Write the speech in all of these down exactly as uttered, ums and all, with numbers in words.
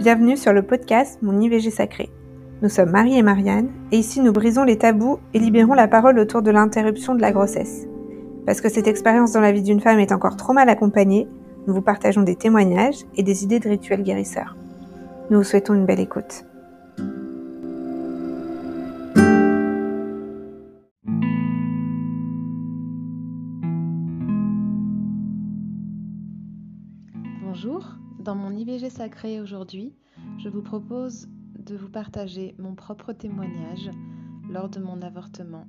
bienvenue sur le podcast Mon I V G sacré. Nous sommes Marie et Marianne, et ici nous brisons les tabous et libérons la parole autour de l'interruption de la grossesse. Parce que cette expérience dans la vie d'une femme est encore trop mal accompagnée, nous vous partageons des témoignages et des idées de rituels guérisseurs. Nous vous souhaitons une belle écoute. Bonjour, dans mon I V G sacré aujourd'hui, je vous propose de vous partager mon propre témoignage lors de mon avortement.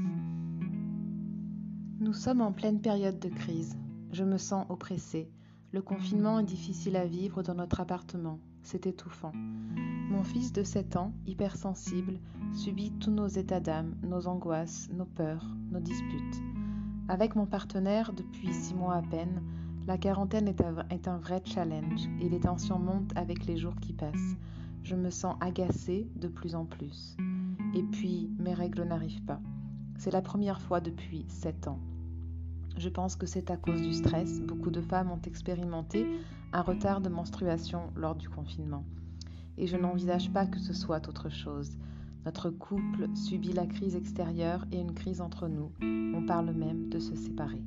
Nous sommes en pleine période de crise. Je me sens oppressée. Le confinement est difficile à vivre dans notre appartement. C'est étouffant. Mon fils de sept ans, hypersensible, subit tous nos états d'âme, nos angoisses, nos peurs, nos disputes. Avec mon partenaire, depuis six mois à peine, la quarantaine est un vrai challenge et les tensions montent avec les jours qui passent. Je me sens agacée de plus en plus. Et puis, mes règles n'arrivent pas. C'est la première fois depuis sept ans. Je pense que c'est à cause du stress. Beaucoup de femmes ont expérimenté un retard de menstruation lors du confinement. Et je n'envisage pas que ce soit autre chose. Notre couple subit la crise extérieure et une crise entre nous. On parle même de se séparer.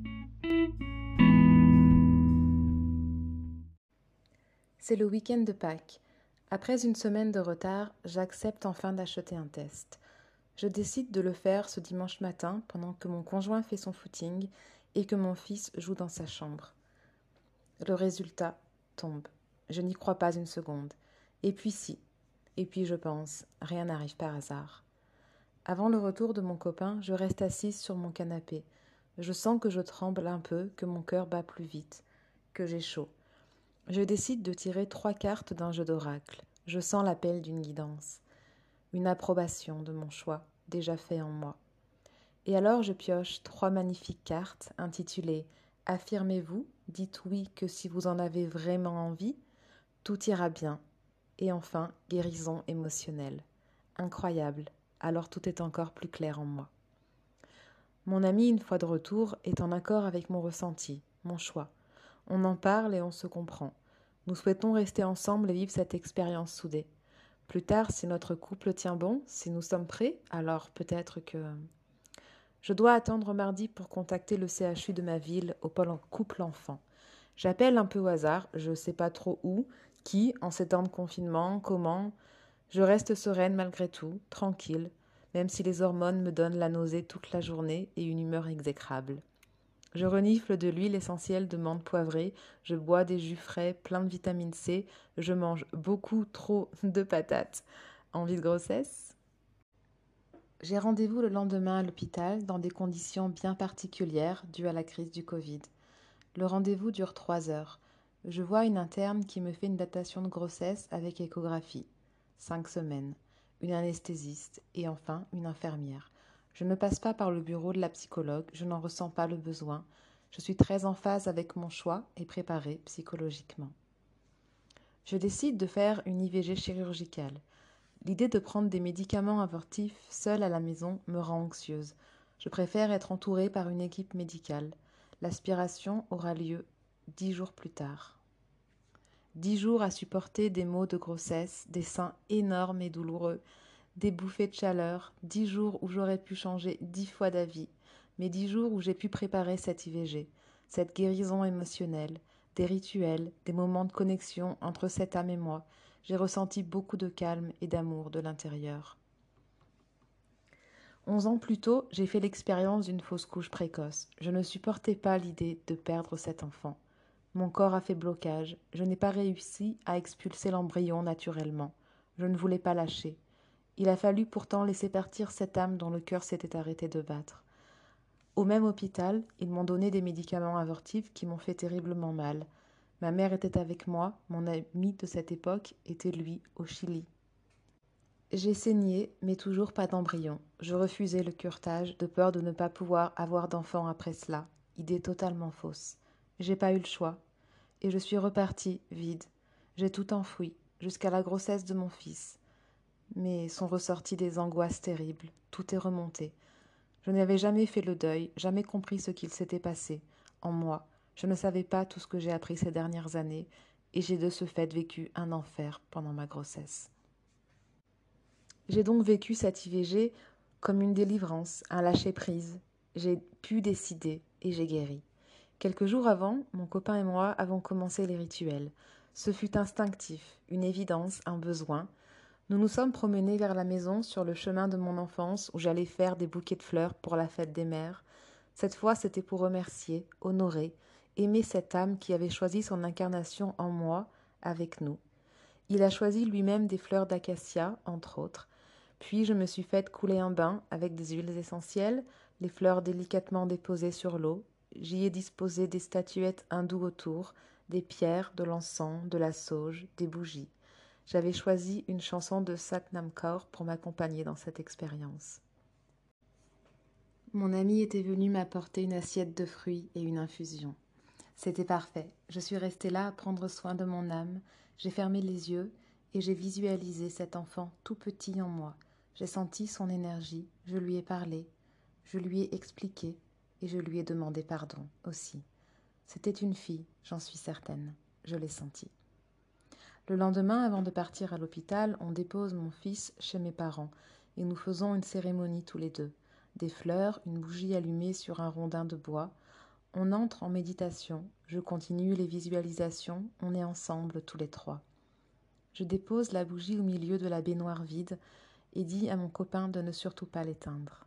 C'est le week-end de Pâques. Après une semaine de retard, j'accepte enfin d'acheter un test. Je décide de le faire ce dimanche matin pendant que mon conjoint fait son footing et que mon fils joue dans sa chambre. Le résultat tombe. Je n'y crois pas une seconde. Et puis si. Et puis je pense, rien n'arrive par hasard. Avant le retour de mon copain, je reste assise sur mon canapé. Je sens que je tremble un peu, que mon cœur bat plus vite, que j'ai chaud. Je décide de tirer trois cartes d'un jeu d'oracle. Je sens l'appel d'une guidance, une approbation de mon choix, déjà fait en moi. Et alors je pioche trois magnifiques cartes intitulées « Affirmez-vous, dites oui que si vous en avez vraiment envie, tout ira bien » et enfin « Guérison émotionnelle ». Incroyable, alors tout est encore plus clair en moi. Mon ami, une fois de retour, est en accord avec mon ressenti, mon choix. On en parle et on se comprend. Nous souhaitons rester ensemble et vivre cette expérience soudée. Plus tard, si notre couple tient bon, si nous sommes prêts, alors peut-être que... Je dois attendre mardi pour contacter le C H U de ma ville au pôle couple enfant. J'appelle un peu au hasard, je ne sais pas trop où, qui, en ces temps de confinement, comment. Je reste sereine malgré tout, tranquille, même si les hormones me donnent la nausée toute la journée et une humeur exécrable. Je renifle de l'huile essentielle de menthe poivrée, je bois des jus frais pleins de vitamine C, je mange beaucoup trop de patates. Envie de grossesse ? J'ai rendez-vous le lendemain à l'hôpital dans des conditions bien particulières dues à la crise du Covid. Le rendez-vous dure trois heures. Je vois une interne qui me fait une datation de grossesse avec échographie. Cinq semaines. Une anesthésiste et enfin une infirmière. Je ne passe pas par le bureau de la psychologue, je n'en ressens pas le besoin. Je suis très en phase avec mon choix et préparée psychologiquement. Je décide de faire une I V G chirurgicale. L'idée de prendre des médicaments abortifs seule à la maison me rend anxieuse. Je préfère être entourée par une équipe médicale. L'aspiration aura lieu dix jours plus tard. Dix jours à supporter des maux de grossesse, des seins énormes et douloureux, des bouffées de chaleur, dix jours où j'aurais pu changer dix fois d'avis, mais dix jours où j'ai pu préparer cette I V G, cette guérison émotionnelle, des rituels, des moments de connexion entre cette âme et moi. J'ai ressenti beaucoup de calme et d'amour de l'intérieur. Onze ans plus tôt, j'ai fait l'expérience d'une fausse couche précoce. Je ne supportais pas l'idée de perdre cet enfant. Mon corps a fait blocage. Je n'ai pas réussi à expulser l'embryon naturellement. Je ne voulais pas lâcher. Il a fallu pourtant laisser partir cette âme dont le cœur s'était arrêté de battre. Au même hôpital, ils m'ont donné des médicaments abortifs qui m'ont fait terriblement mal. Ma mère était avec moi, mon ami de cette époque était lui au Chili. J'ai saigné, mais toujours pas d'embryon. Je refusais le curetage de peur de ne pas pouvoir avoir d'enfant après cela. Idée totalement fausse. J'ai pas eu le choix. Et je suis repartie, vide. J'ai tout enfoui, jusqu'à la grossesse de mon fils. Mais sont ressorties des angoisses terribles. Tout est remonté. Je n'avais jamais fait le deuil, jamais compris ce qu'il s'était passé. En moi, je ne savais pas tout ce que j'ai appris ces dernières années, et j'ai de ce fait vécu un enfer pendant ma grossesse. J'ai donc vécu cette I V G comme une délivrance, un lâcher-prise. J'ai pu décider et j'ai guéri. Quelques jours avant, mon copain et moi avons commencé les rituels. Ce fut instinctif, une évidence, un besoin. Nous nous sommes promenés vers la maison sur le chemin de mon enfance où j'allais faire des bouquets de fleurs pour la fête des mères. Cette fois, c'était pour remercier, honorer, aimer cette âme qui avait choisi son incarnation en moi, avec nous. Il a choisi lui-même des fleurs d'acacia, entre autres. Puis je me suis faite couler un bain avec des huiles essentielles, les fleurs délicatement déposées sur l'eau. J'y ai disposé des statuettes hindoues autour, des pierres, de l'encens, de la sauge, des bougies. J'avais choisi une chanson de Satnam Kaur pour m'accompagner dans cette expérience. Mon ami était venu m'apporter une assiette de fruits et une infusion. C'était parfait. Je suis restée là à prendre soin de mon âme. J'ai fermé les yeux et j'ai visualisé cet enfant tout petit en moi. J'ai senti son énergie, je lui ai parlé, je lui ai expliqué et je lui ai demandé pardon aussi. C'était une fille, j'en suis certaine. Je l'ai senti. Le lendemain, avant de partir à l'hôpital, on dépose mon fils chez mes parents et nous faisons une cérémonie tous les deux. Des fleurs, une bougie allumée sur un rondin de bois. On entre en méditation, je continue les visualisations, on est ensemble tous les trois. Je dépose la bougie au milieu de la baignoire vide et dis à mon copain de ne surtout pas l'éteindre.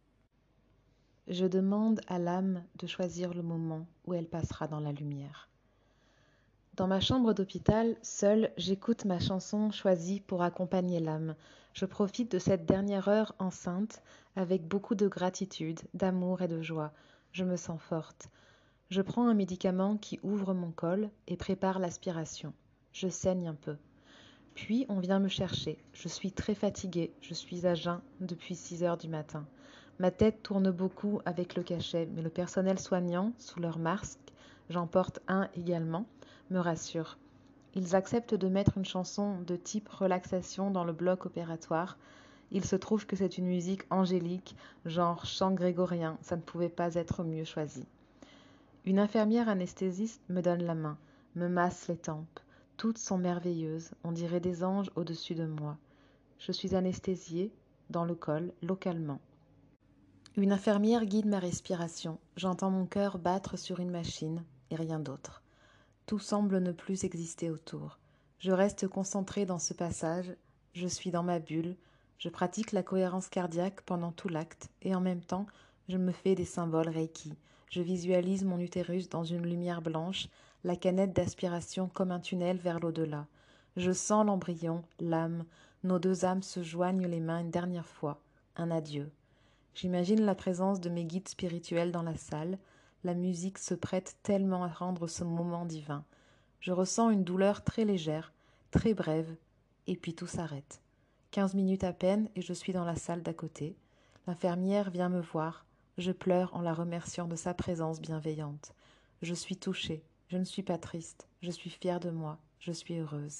Je demande à l'âme de choisir le moment où elle passera dans la lumière. Dans ma chambre d'hôpital, seule, j'écoute ma chanson choisie pour accompagner l'âme. Je profite de cette dernière heure enceinte avec beaucoup de gratitude, d'amour et de joie. Je me sens forte. Je prends un médicament qui ouvre mon col et prépare l'aspiration. Je saigne un peu. Puis on vient me chercher. Je suis très fatiguée. Je suis à jeun depuis six heures du matin. Ma tête tourne beaucoup avec le cachet, mais le personnel soignant, sous leur masque, j'en porte un également, me rassure. Ils acceptent de mettre une chanson de type relaxation dans le bloc opératoire. Il se trouve que c'est une musique angélique, genre chant grégorien. Ça ne pouvait pas être mieux choisi. Une infirmière anesthésiste me donne la main, me masse les tempes. Toutes sont merveilleuses, on dirait des anges au-dessus de moi. Je suis anesthésiée, dans le col, localement. Une infirmière guide ma respiration. J'entends mon cœur battre sur une machine, et rien d'autre. Tout semble ne plus exister autour. Je reste concentrée dans ce passage, je suis dans ma bulle, je pratique la cohérence cardiaque pendant tout l'acte, et en même temps, je me fais des symboles Reiki. Je visualise mon utérus dans une lumière blanche, la canette d'aspiration comme un tunnel vers l'au-delà. Je sens l'embryon, l'âme, nos deux âmes se joignent les mains une dernière fois, un adieu. J'imagine la présence de mes guides spirituels dans la salle, la musique se prête tellement à rendre ce moment divin. Je ressens une douleur très légère, très brève, et puis tout s'arrête. Quinze minutes à peine et je suis dans la salle d'à côté. L'infirmière vient me voir. Je pleure en la remerciant de sa présence bienveillante. Je suis touchée, je ne suis pas triste, je suis fière de moi, je suis heureuse.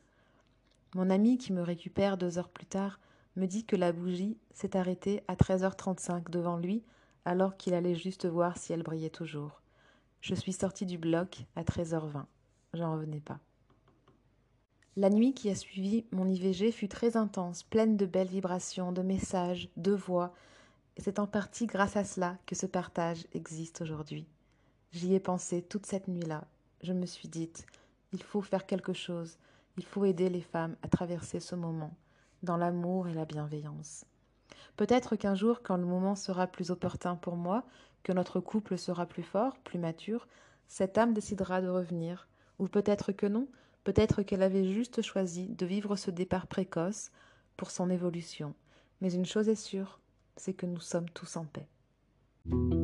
Mon ami qui me récupère deux heures plus tard me dit que la bougie s'est arrêtée à treize heures trente-cinq devant lui alors qu'il allait juste voir si elle brillait toujours. Je suis sortie du bloc à treize heures vingt. J'en revenais pas. La nuit qui a suivi mon I V G fut très intense, pleine de belles vibrations, de messages, de voix. Et c'est en partie grâce à cela que ce partage existe aujourd'hui. J'y ai pensé toute cette nuit-là. Je me suis dite, il faut faire quelque chose, il faut aider les femmes à traverser ce moment, dans l'amour et la bienveillance. Peut-être qu'un jour, quand le moment sera plus opportun pour moi, que notre couple sera plus fort, plus mature, cette âme décidera de revenir. Ou peut-être que non, peut-être qu'elle avait juste choisi de vivre ce départ précoce pour son évolution. Mais une chose est sûre, c'est que nous sommes tous en paix.